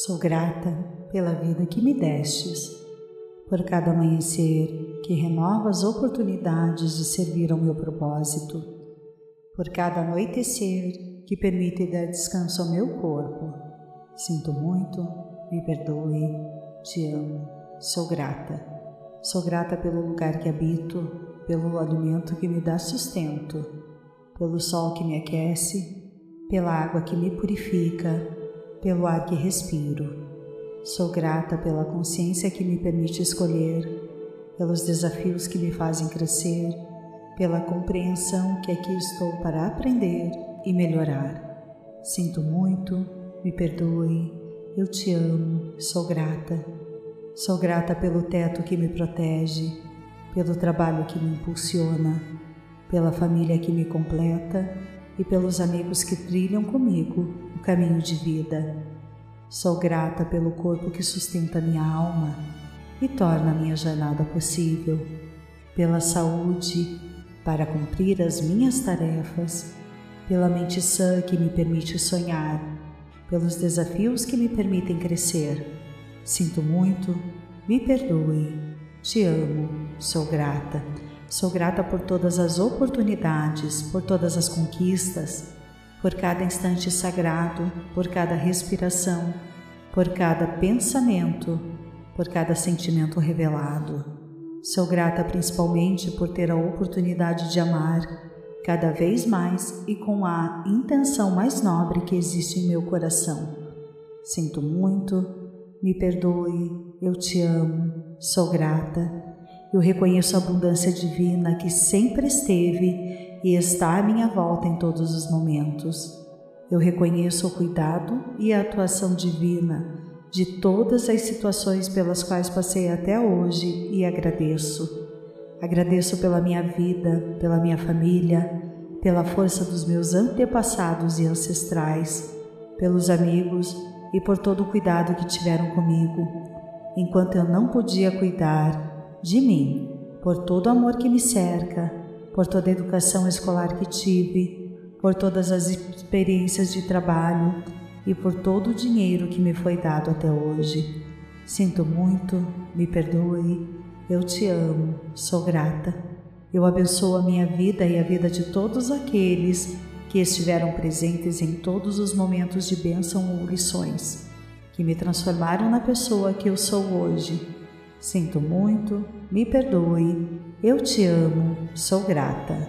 Sou grata pela vida que me destes, por cada amanhecer que renova as oportunidades de servir ao meu propósito, por cada anoitecer que permite dar descanso ao meu corpo. Sinto muito, me perdoe, te amo, sou grata. Sou grata pelo lugar que habito, pelo alimento que me dá sustento, pelo sol que me aquece, pela água que me purifica, pelo ar que respiro. Sou grata pela consciência que me permite escolher, pelos desafios que me fazem crescer, pela compreensão que aqui estou para aprender e melhorar. Sinto muito, me perdoe, eu te amo, sou grata. Sou grata pelo teto que me protege, pelo trabalho que me impulsiona, pela família que me completa e pelos amigos que trilham comigo o caminho de vida. Sou grata pelo corpo que sustenta minha alma e torna minha jornada possível, pela saúde para cumprir as minhas tarefas, pela mente sã que me permite sonhar, pelos desafios que me permitem crescer. Sinto muito, me perdoe, te amo, sou grata. Sou grata por todas as oportunidades, por todas as conquistas, por cada instante sagrado, por cada respiração, por cada pensamento, por cada sentimento revelado. Sou grata principalmente por ter a oportunidade de amar cada vez mais e com a intenção mais nobre que existe em meu coração. Sinto muito, me perdoe, eu te amo, sou grata. Eu reconheço a abundância divina que sempre esteve e está à minha volta em todos os momentos. Eu reconheço o cuidado e a atuação divina de todas as situações pelas quais passei até hoje e agradeço. Agradeço pela minha vida, pela minha família, pela força dos meus antepassados e ancestrais, pelos amigos e por todo o cuidado que tiveram comigo, enquanto eu não podia cuidar de mim, por todo o amor que me cerca, por toda a educação escolar que tive, por todas as experiências de trabalho e por todo o dinheiro que me foi dado até hoje. Sinto muito, me perdoe, eu te amo, sou grata. Eu abençoo a minha vida e a vida de todos aqueles que estiveram presentes em todos os momentos de bênção ou lições, que me transformaram na pessoa que eu sou hoje. Sinto muito, me perdoe, eu te amo, sou grata.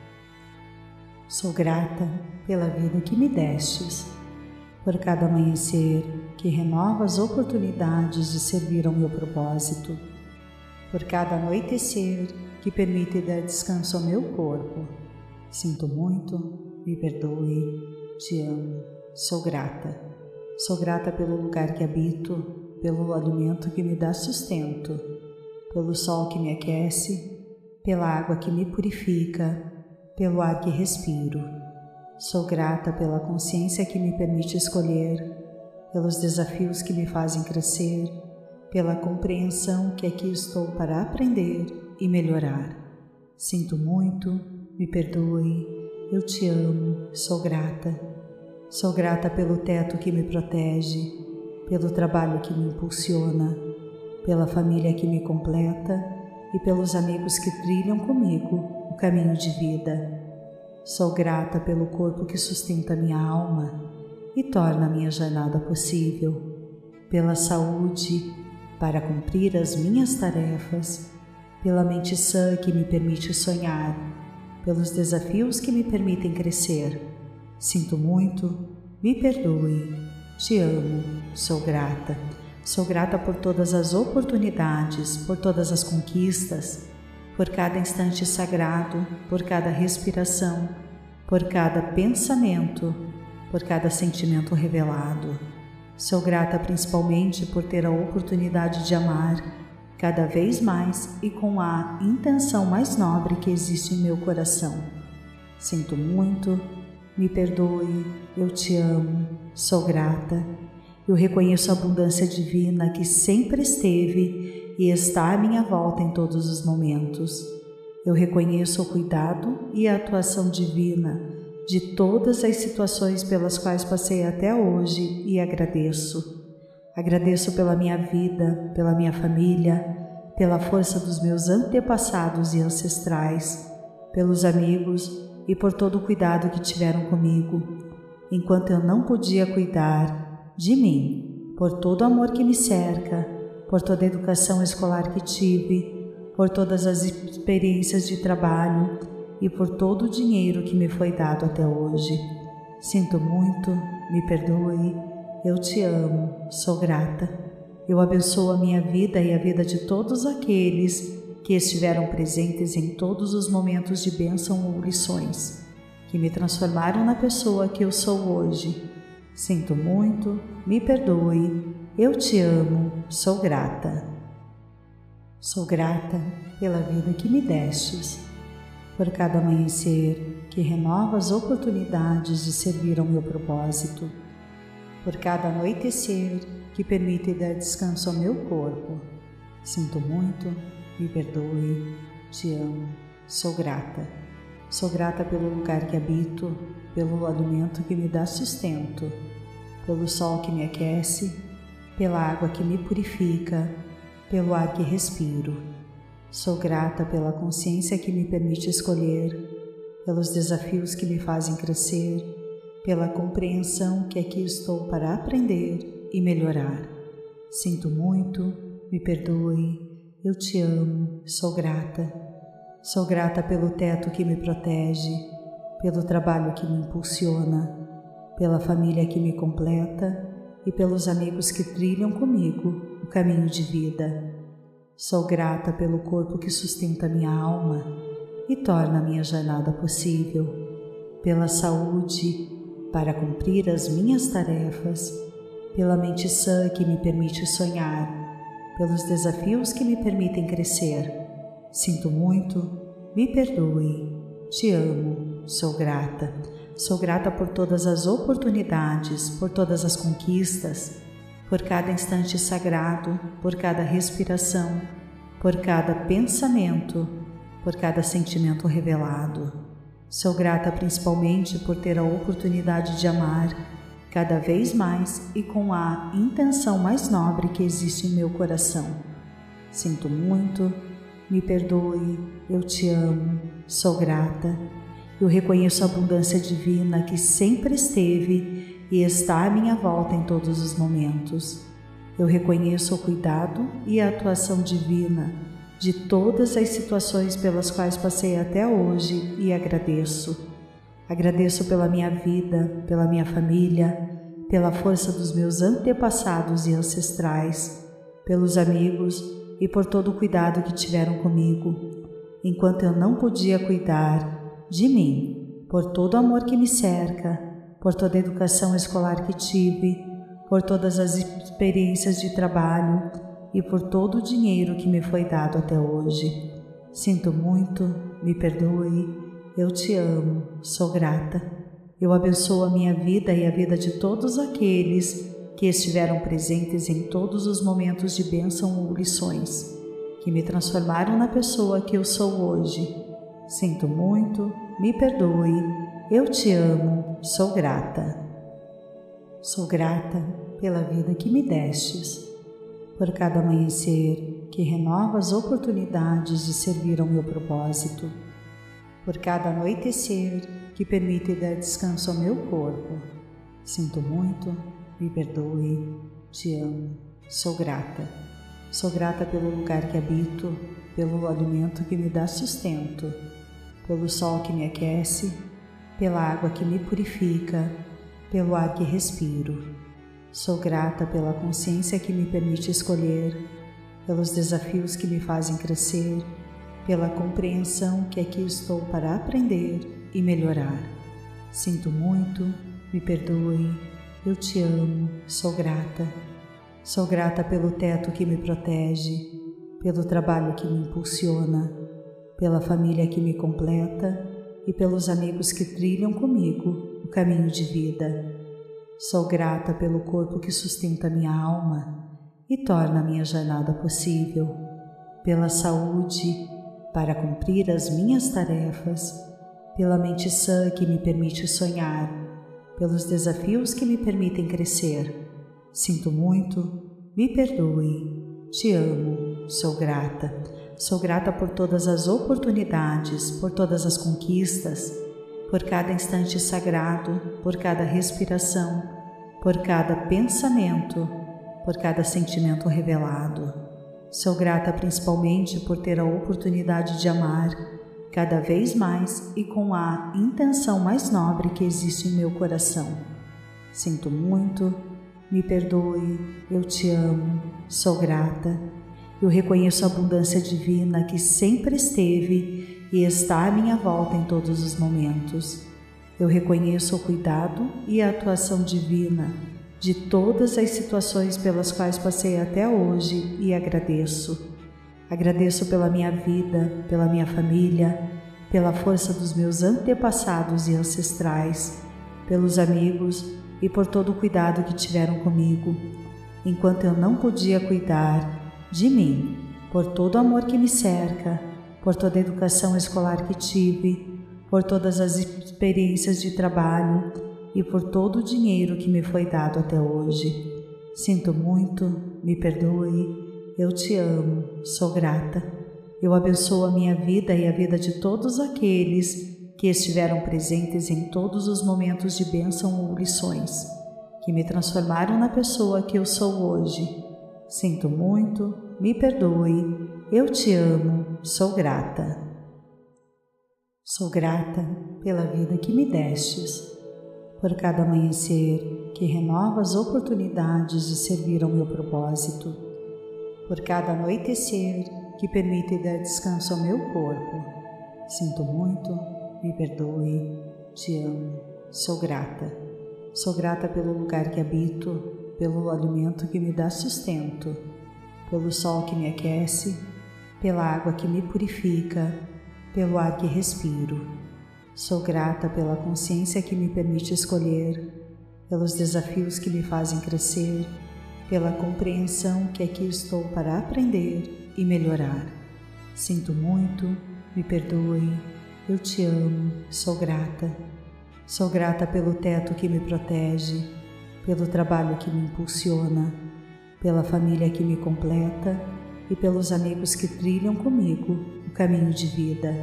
Sou grata pela vida que me destes, por cada amanhecer que renova as oportunidades de servir ao meu propósito, por cada anoitecer que permite dar descanso ao meu corpo. Sinto muito, me perdoe, te amo, sou grata. Sou grata pelo lugar que habito, pelo alimento que me dá sustento, pelo sol que me aquece, pela água que me purifica, pelo ar que respiro. Sou grata pela consciência que me permite escolher, pelos desafios que me fazem crescer, pela compreensão que aqui estou para aprender e melhorar. Sinto muito, me perdoe, eu te amo, sou grata. Sou grata pelo teto que me protege, pelo trabalho que me impulsiona, pela família que me completa e pelos amigos que trilham comigo o caminho de vida. Sou grata pelo corpo que sustenta minha alma e torna minha jornada possível, pela saúde para cumprir as minhas tarefas, pela mente sã que me permite sonhar, pelos desafios que me permitem crescer. Sinto muito, me perdoe, te amo, sou grata. Sou grata por todas as oportunidades, por todas as conquistas, por cada instante sagrado, por cada respiração, por cada pensamento, por cada sentimento revelado. Sou grata principalmente por ter a oportunidade de amar cada vez mais e com a intenção mais nobre que existe em meu coração. Sinto muito, me perdoe, eu te amo, sou grata. Eu reconheço a abundância divina que sempre esteve e está à minha volta em todos os momentos. Eu reconheço o cuidado e a atuação divina de todas as situações pelas quais passei até hoje e agradeço. Agradeço pela minha vida, pela minha família, pela força dos meus antepassados e ancestrais, pelos amigos e por todo o cuidado que tiveram comigo, enquanto eu não podia cuidar de mim, por todo o amor que me cerca, por toda a educação escolar que tive, por todas as experiências de trabalho e por todo o dinheiro que me foi dado até hoje. Sinto muito, me perdoe, eu te amo, sou grata. Eu abençoo a minha vida e a vida de todos aqueles que estiveram presentes em todos os momentos de bênção ou lições, que me transformaram na pessoa que eu sou hoje. Sinto muito, me perdoe, eu te amo, sou grata. Sou grata pela vida que me destes, por cada amanhecer que renova as oportunidades de servir ao meu propósito, por cada anoitecer que permite dar descanso ao meu corpo. Sinto muito, me perdoe, te amo, sou grata. Sou grata pelo lugar que habito, pelo alimento que me dá sustento, pelo sol que me aquece, pela água que me purifica, pelo ar que respiro. Sou grata pela consciência que me permite escolher, pelos desafios que me fazem crescer, pela compreensão que aqui estou para aprender e melhorar. Sinto muito, me perdoe, eu te amo, sou grata. Sou grata pelo teto que me protege, pelo trabalho que me impulsiona, pela família que me completa e pelos amigos que trilham comigo o caminho de vida. Sou grata pelo corpo que sustenta minha alma e torna a minha jornada possível, pela saúde para cumprir as minhas tarefas, pela mente sã que me permite sonhar, pelos desafios que me permitem crescer. Sinto muito, me perdoe, te amo, sou grata. Sou grata por todas as oportunidades, por todas as conquistas, por cada instante sagrado, por cada respiração, por cada pensamento, por cada sentimento revelado. Sou grata principalmente por ter a oportunidade de amar cada vez mais e com a intenção mais nobre que existe em meu coração. Sinto muito, me perdoe, eu te amo, sou grata. Eu reconheço a abundância divina que sempre esteve e está à minha volta em todos os momentos. Eu reconheço o cuidado e a atuação divina de todas as situações pelas quais passei até hoje e agradeço. Agradeço pela minha vida, pela minha família, pela força dos meus antepassados e ancestrais, pelos amigos e por todo o cuidado que tiveram comigo, enquanto eu não podia cuidar de mim, por todo o amor que me cerca, por toda a educação escolar que tive, por todas as experiências de trabalho e por todo o dinheiro que me foi dado até hoje. Sinto muito, me perdoe, eu te amo, sou grata. Eu abençoo a minha vida e a vida de todos aqueles que estiveram presentes em todos os momentos de bênção ou lições, que me transformaram na pessoa que eu sou hoje. Sinto muito, me perdoe, eu te amo, sou grata. Sou grata pela vida que me destes, por cada amanhecer que renova as oportunidades de servir ao meu propósito, por cada anoitecer que permite dar descanso ao meu corpo. Sinto muito, me perdoe, te amo, sou grata. Sou grata pelo lugar que habito, pelo alimento que me dá sustento, pelo sol que me aquece, pela água que me purifica, pelo ar que respiro. Sou grata pela consciência que me permite escolher, pelos desafios que me fazem crescer, pela compreensão que aqui estou para aprender e melhorar. Sinto muito, me perdoe, eu te amo, sou grata. Sou grata pelo teto que me protege, pelo trabalho que me impulsiona, pela família que me completa e pelos amigos que trilham comigo o caminho de vida. Sou grata pelo corpo que sustenta minha alma e torna a minha jornada possível, pela saúde para cumprir as minhas tarefas, pela mente sã que me permite sonhar, pelos desafios que me permitem crescer. Sinto muito, me perdoe, te amo, sou grata. Sou grata por todas as oportunidades, por todas as conquistas, por cada instante sagrado, por cada respiração, por cada pensamento, por cada sentimento revelado. Sou grata principalmente por ter a oportunidade de amar cada vez mais e com a intenção mais nobre que existe em meu coração. Sinto muito, me perdoe, eu te amo, sou grata. Eu reconheço a abundância divina que sempre esteve e está à minha volta em todos os momentos. Eu reconheço o cuidado e a atuação divina de todas as situações pelas quais passei até hoje e agradeço. Agradeço pela minha vida, pela minha família, pela força dos meus antepassados e ancestrais, pelos amigos e por todo o cuidado que tiveram comigo, enquanto eu não podia cuidar de mim, por todo o amor que me cerca, por toda a educação escolar que tive, por todas as experiências de trabalho e por todo o dinheiro que me foi dado até hoje. Sinto muito, me perdoe, eu te amo, sou grata. Eu abençoo a minha vida e a vida de todos aqueles que estiveram presentes em todos os momentos de bênção ou lições, que me transformaram na pessoa que eu sou hoje. Sinto muito, me perdoe, eu te amo, sou grata. Sou grata pela vida que me destes, por cada amanhecer que renova as oportunidades de servir ao meu propósito, por cada anoitecer que permite dar descanso ao meu corpo. Sinto muito, me perdoe, te amo, sou grata. Sou grata pelo lugar que habito, pelo alimento que me dá sustento, pelo sol que me aquece, pela água que me purifica, pelo ar que respiro. Sou grata pela consciência que me permite escolher, pelos desafios que me fazem crescer, pela compreensão que aqui estou para aprender e melhorar. Sinto muito, me perdoe, eu te amo, sou grata. Sou grata pelo teto que me protege, pelo trabalho que me impulsiona, pela família que me completa e pelos amigos que trilham comigo o caminho de vida.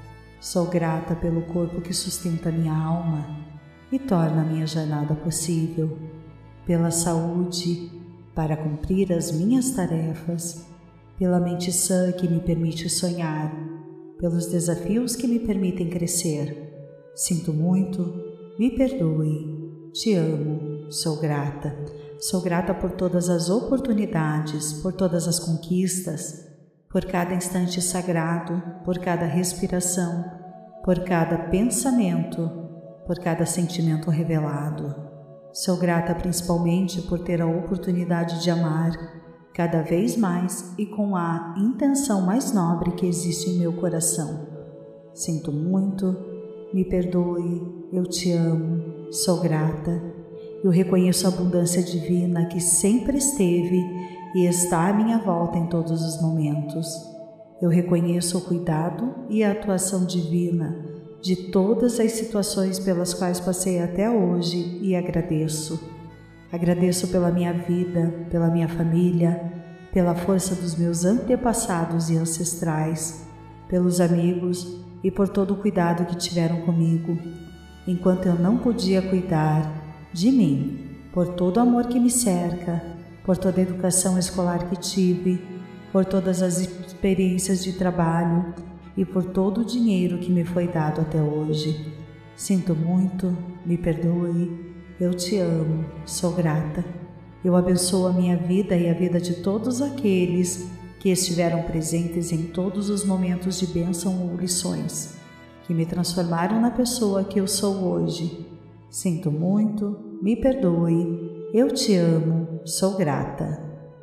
Sou grata pelo corpo que sustenta minha alma e torna a minha jornada possível, pela saúde para cumprir as minhas tarefas, pela mente sã que me permite sonhar, pelos desafios que me permitem crescer. Sinto muito, me perdoe, te amo, sou grata. Sou grata por todas as oportunidades, por todas as conquistas, por cada instante sagrado, por cada respiração, por cada pensamento, por cada sentimento revelado. Sou grata principalmente por ter a oportunidade de amar cada vez mais e com a intenção mais nobre que existe em meu coração. Sinto muito, me perdoe, eu te amo, sou grata. Eu reconheço a abundância divina que sempre esteve e está à minha volta em todos os momentos. Eu reconheço o cuidado e a atuação divina de todas as situações pelas quais passei até hoje e agradeço. Agradeço pela minha vida, pela minha família, pela força dos meus antepassados e ancestrais, pelos amigos e por todo o cuidado que tiveram comigo, enquanto eu não podia cuidar de mim, por todo o amor que me cerca, por toda a educação escolar que tive, por todas as experiências de trabalho e por todo o dinheiro que me foi dado até hoje. Sinto muito, me perdoe, eu te amo, sou grata. Eu abençoo a minha vida e a vida de todos aqueles que estiveram presentes em todos os momentos de bênção ou lições, que me transformaram na pessoa que eu sou hoje. Sinto muito, me perdoe, eu te amo, sou grata.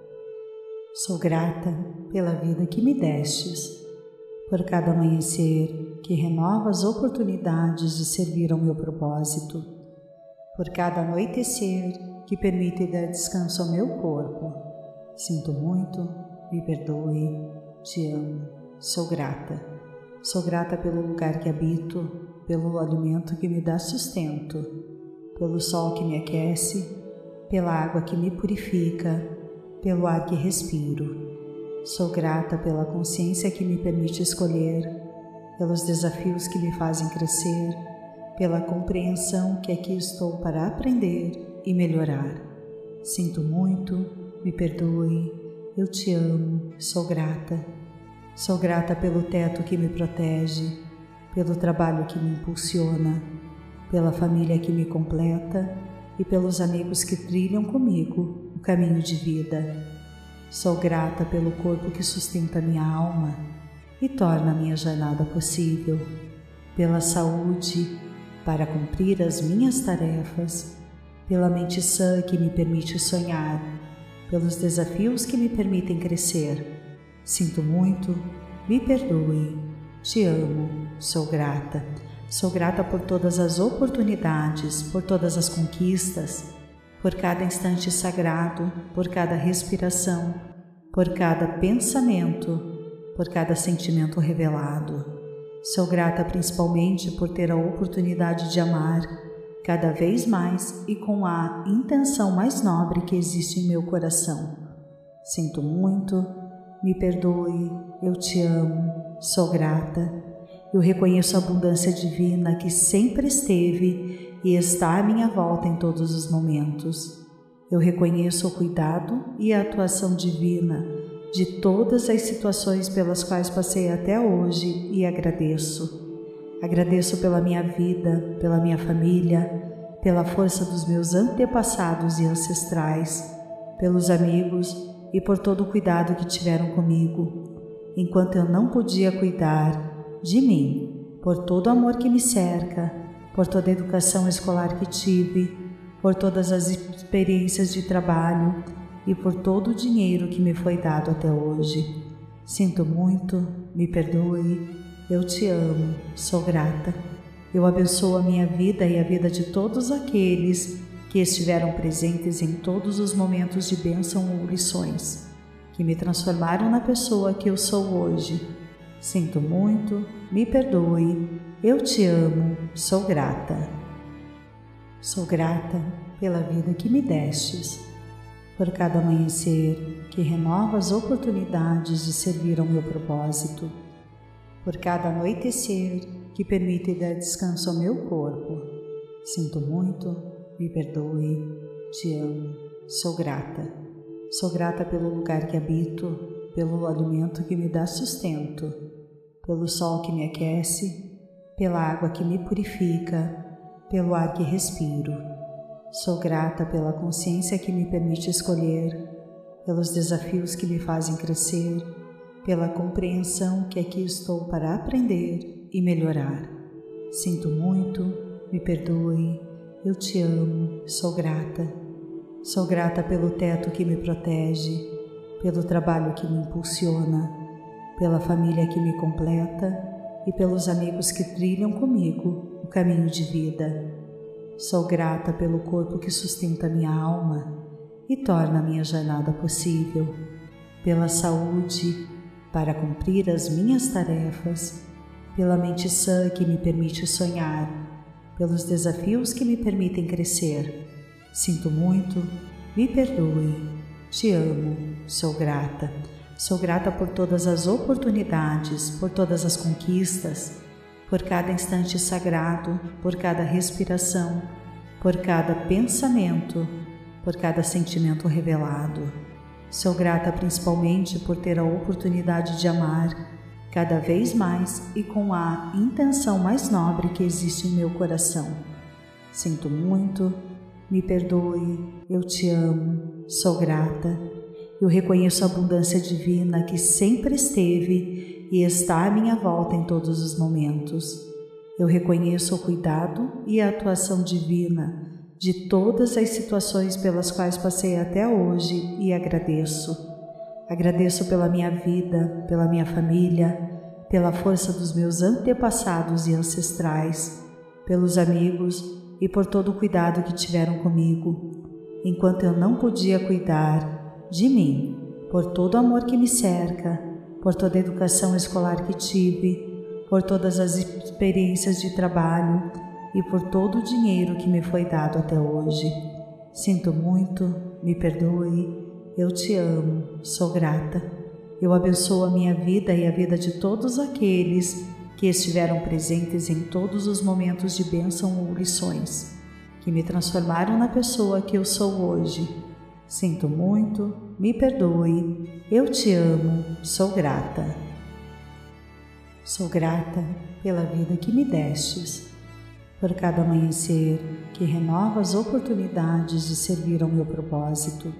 Sou grata pela vida que me destes, por cada amanhecer que renova as oportunidades de servir ao meu propósito, por cada anoitecer que permite dar descanso ao meu corpo. Sinto muito, me perdoe, te amo, sou grata. Sou grata pelo lugar que habito, pelo alimento que me dá sustento, pelo sol que me aquece, pela água que me purifica, pelo ar que respiro. Sou grata pela consciência que me permite escolher, pelos desafios que me fazem crescer, pela compreensão que aqui estou para aprender e melhorar. Sinto muito, me perdoe, eu te amo, sou grata. Sou grata pelo teto que me protege, pelo trabalho que me impulsiona, pela família que me completa e pelos amigos que trilham comigo o caminho de vida. Sou grata pelo corpo que sustenta minha alma e torna minha jornada possível, pela saúde para cumprir as minhas tarefas, pela mente sã que me permite sonhar, pelos desafios que me permitem crescer. Sinto muito, me perdoe, te amo, sou grata. Sou grata por todas as oportunidades, por todas as conquistas, por cada instante sagrado, por cada respiração, por cada pensamento, por cada sentimento revelado. Sou grata principalmente por ter a oportunidade de amar cada vez mais e com a intenção mais nobre que existe em meu coração. Sinto muito, me perdoe, eu te amo, sou grata. Eu reconheço a abundância divina que sempre esteve e está à minha volta em todos os momentos. Eu reconheço o cuidado e a atuação divina de todas as situações pelas quais passei até hoje e agradeço. Agradeço pela minha vida, pela minha família, pela força dos meus antepassados e ancestrais, pelos amigos e por todo o cuidado que tiveram comigo, enquanto eu não podia cuidar de mim, por todo o amor que me cerca, por toda a educação escolar que tive, por todas as experiências de trabalho e por todo o dinheiro que me foi dado até hoje. Sinto muito, me perdoe, eu te amo, sou grata. Eu abençoo a minha vida e a vida de todos aqueles que estiveram presentes em todos os momentos de bênção ou lições, que me transformaram na pessoa que eu sou hoje. Sinto muito, me perdoe, eu te amo, sou grata. Sou grata pela vida que me destes, por cada amanhecer que renova as oportunidades de servir ao meu propósito, por cada anoitecer que permite dar descanso ao meu corpo. Sinto muito, me perdoe, te amo, sou grata. Sou grata pelo lugar que habito, pelo alimento que me dá sustento, pelo sol que me aquece, pela água que me purifica, pelo ar que respiro. Sou grata pela consciência que me permite escolher, pelos desafios que me fazem crescer, pela compreensão que aqui estou para aprender e melhorar. Sinto muito, me perdoe, eu te amo, sou grata. Sou grata pelo teto que me protege, pelo trabalho que me impulsiona, pela família que me completa e pelos amigos que trilham comigo o caminho de vida. Sou grata pelo corpo que sustenta minha alma e torna minha jornada possível, pela saúde para cumprir as minhas tarefas, pela mente sã que me permite sonhar, pelos desafios que me permitem crescer. Sinto muito, me perdoe, te amo, sou grata. Sou grata por todas as oportunidades, por todas as conquistas, por cada instante sagrado, por cada respiração, por cada pensamento, por cada sentimento revelado. Sou grata principalmente por ter a oportunidade de amar cada vez mais e com a intenção mais nobre que existe em meu coração. Sinto muito, me perdoe, eu te amo, sou grata. Eu reconheço a abundância divina que sempre esteve e está à minha volta em todos os momentos. Eu reconheço o cuidado e a atuação divina de todas as situações pelas quais passei até hoje e agradeço. Agradeço pela minha vida, pela minha família, pela força dos meus antepassados e ancestrais, pelos amigos e por todo o cuidado que tiveram comigo, enquanto eu não podia cuidar de mim, por todo o amor que me cerca, por toda a educação escolar que tive, por todas as experiências de trabalho e por todo o dinheiro que me foi dado até hoje. Sinto muito, me perdoe, eu te amo, sou grata. Eu abençoo a minha vida e a vida de todos aqueles que estiveram presentes em todos os momentos de bênção ou lições, que me transformaram na pessoa que eu sou hoje. Sinto muito, me perdoe, eu te amo, sou grata. Sou grata pela vida que me destes, por cada amanhecer que renova as oportunidades de servir ao meu propósito,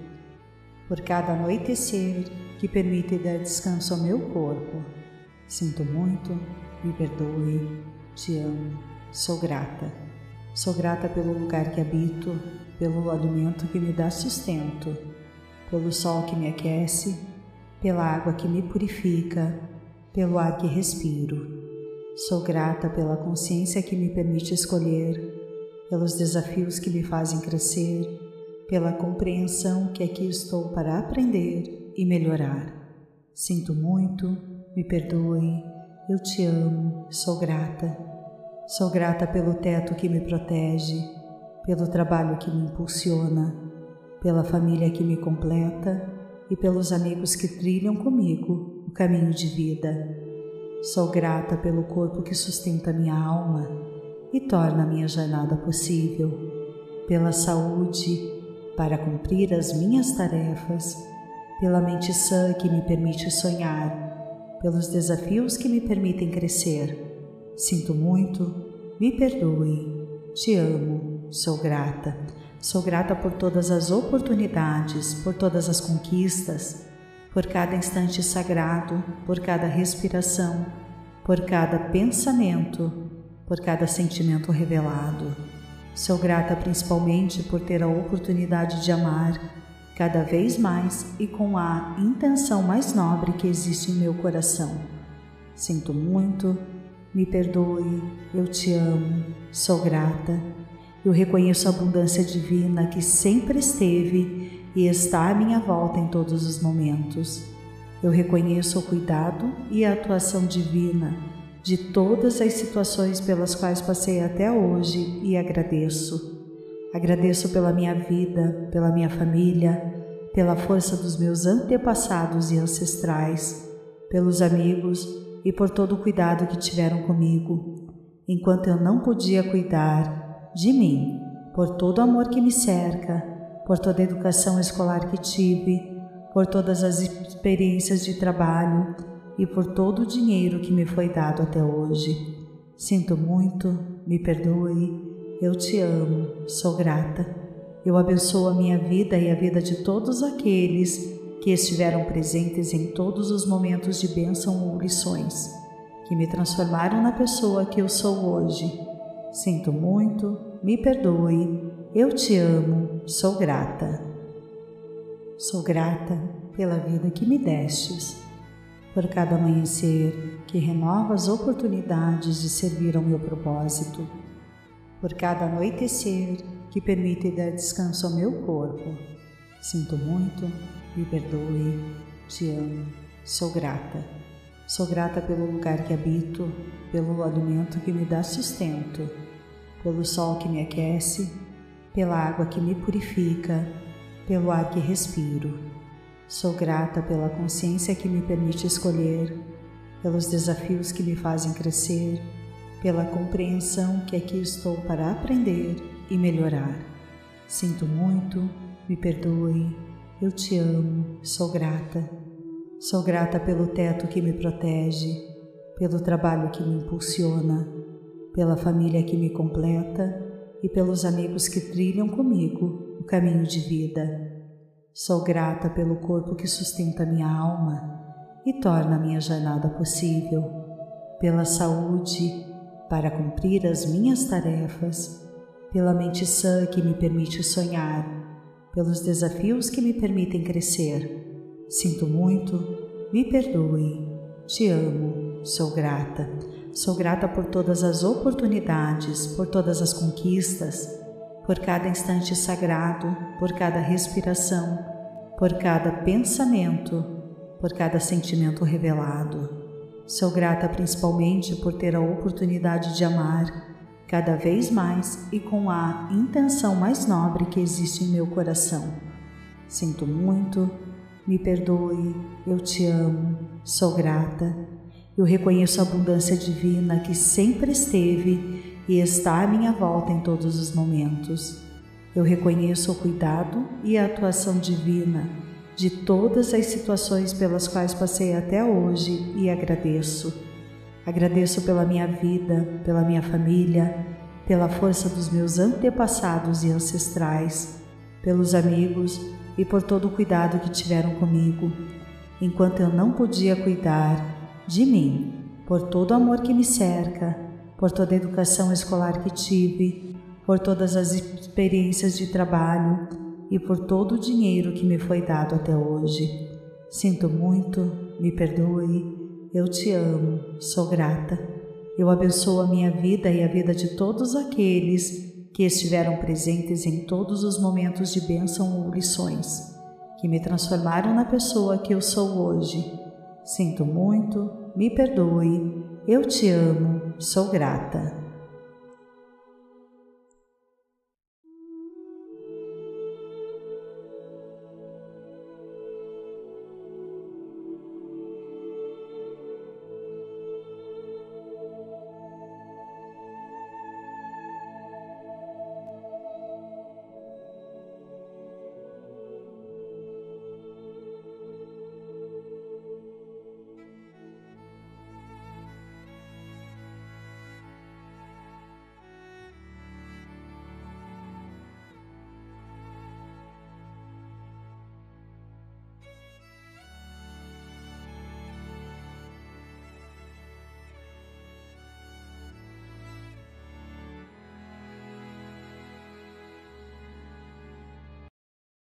por cada anoitecer que permite dar descanso ao meu corpo. Sinto muito, me perdoe, te amo, sou grata. Sou grata pelo lugar que habito, pelo alimento que me dá sustento, pelo sol que me aquece, pela água que me purifica, pelo ar que respiro. Sou grata pela consciência que me permite escolher, pelos desafios que me fazem crescer, pela compreensão que aqui estou para aprender e melhorar. Sinto muito, me perdoe, eu te amo, sou grata. Sou grata pelo teto que me protege, pelo trabalho que me impulsiona, pela família que me completa e pelos amigos que trilham comigo o caminho de vida. Sou grata pelo corpo que sustenta minha alma e torna a minha jornada possível, pela saúde para cumprir as minhas tarefas, pela mente sã que me permite sonhar, pelos desafios que me permitem crescer. Sinto muito, me perdoe, te amo, sou grata. Sou grata por todas as oportunidades, por todas as conquistas, por cada instante sagrado, por cada respiração, por cada pensamento, por cada sentimento revelado. Sou grata principalmente por ter a oportunidade de amar cada vez mais e com a intenção mais nobre que existe em meu coração. Sinto muito, me perdoe, eu te amo, sou grata. Eu reconheço a abundância divina que sempre esteve e está à minha volta em todos os momentos. Eu reconheço o cuidado e a atuação divina de todas as situações pelas quais passei até hoje e agradeço. Agradeço pela minha vida, pela minha família, pela força dos meus antepassados e ancestrais, pelos amigos e por todo o cuidado que tiveram comigo, enquanto eu não podia cuidar de mim, por todo o amor que me cerca, por toda a educação escolar que tive, por todas as experiências de trabalho e por todo o dinheiro que me foi dado até hoje. Sinto muito, me perdoe, eu te amo, sou grata. Eu abençoo a minha vida e a vida de todos aqueles que estiveram presentes em todos os momentos de bênção ou lições, que me transformaram na pessoa que eu sou hoje. Sinto muito, me perdoe, eu te amo, sou grata. Sou grata pela vida que me destes, por cada amanhecer que renova as oportunidades de servir ao meu propósito, por cada anoitecer que permite dar descanso ao meu corpo. Sinto muito, me perdoe, te amo, sou grata. Sou grata pelo lugar que habito, pelo alimento que me dá sustento, pelo sol que me aquece, pela água que me purifica, pelo ar que respiro. Sou grata pela consciência que me permite escolher, pelos desafios que me fazem crescer, pela compreensão que aqui estou para aprender e melhorar. Sinto muito, me perdoe, eu te amo, sou grata. Sou grata pelo teto que me protege, pelo trabalho que me impulsiona, pela família que me completa e pelos amigos que trilham comigo o caminho de vida. Sou grata pelo corpo que sustenta minha alma e torna a minha jornada possível, pela saúde para cumprir as minhas tarefas, pela mente sã que me permite sonhar, pelos desafios que me permitem crescer. Sinto muito, me perdoe, te amo, sou grata. Sou grata por todas as oportunidades, por todas as conquistas, por cada instante sagrado, por cada respiração, por cada pensamento, por cada sentimento revelado. Sou grata principalmente por ter a oportunidade de amar cada vez mais e com a intenção mais nobre que existe em meu coração. Sinto muito, me perdoe, eu te amo, sou grata. Eu reconheço a abundância divina que sempre esteve e está à minha volta em todos os momentos. Eu reconheço o cuidado e a atuação divina de todas as situações pelas quais passei até hoje e agradeço. Agradeço pela minha vida, pela minha família, pela força dos meus antepassados e ancestrais, pelos amigos e por todo o cuidado que tiveram comigo, enquanto eu não podia cuidar de mim, por todo o amor que me cerca, por toda a educação escolar que tive, por todas as experiências de trabalho e por todo o dinheiro que me foi dado até hoje. Sinto muito, me perdoe, eu te amo, sou grata. Eu abençoo a minha vida e a vida de todos aqueles que estiveram presentes em todos os momentos de bênção ou lições, que me transformaram na pessoa que eu sou hoje. Sinto muito, me perdoe, eu te amo, sou grata.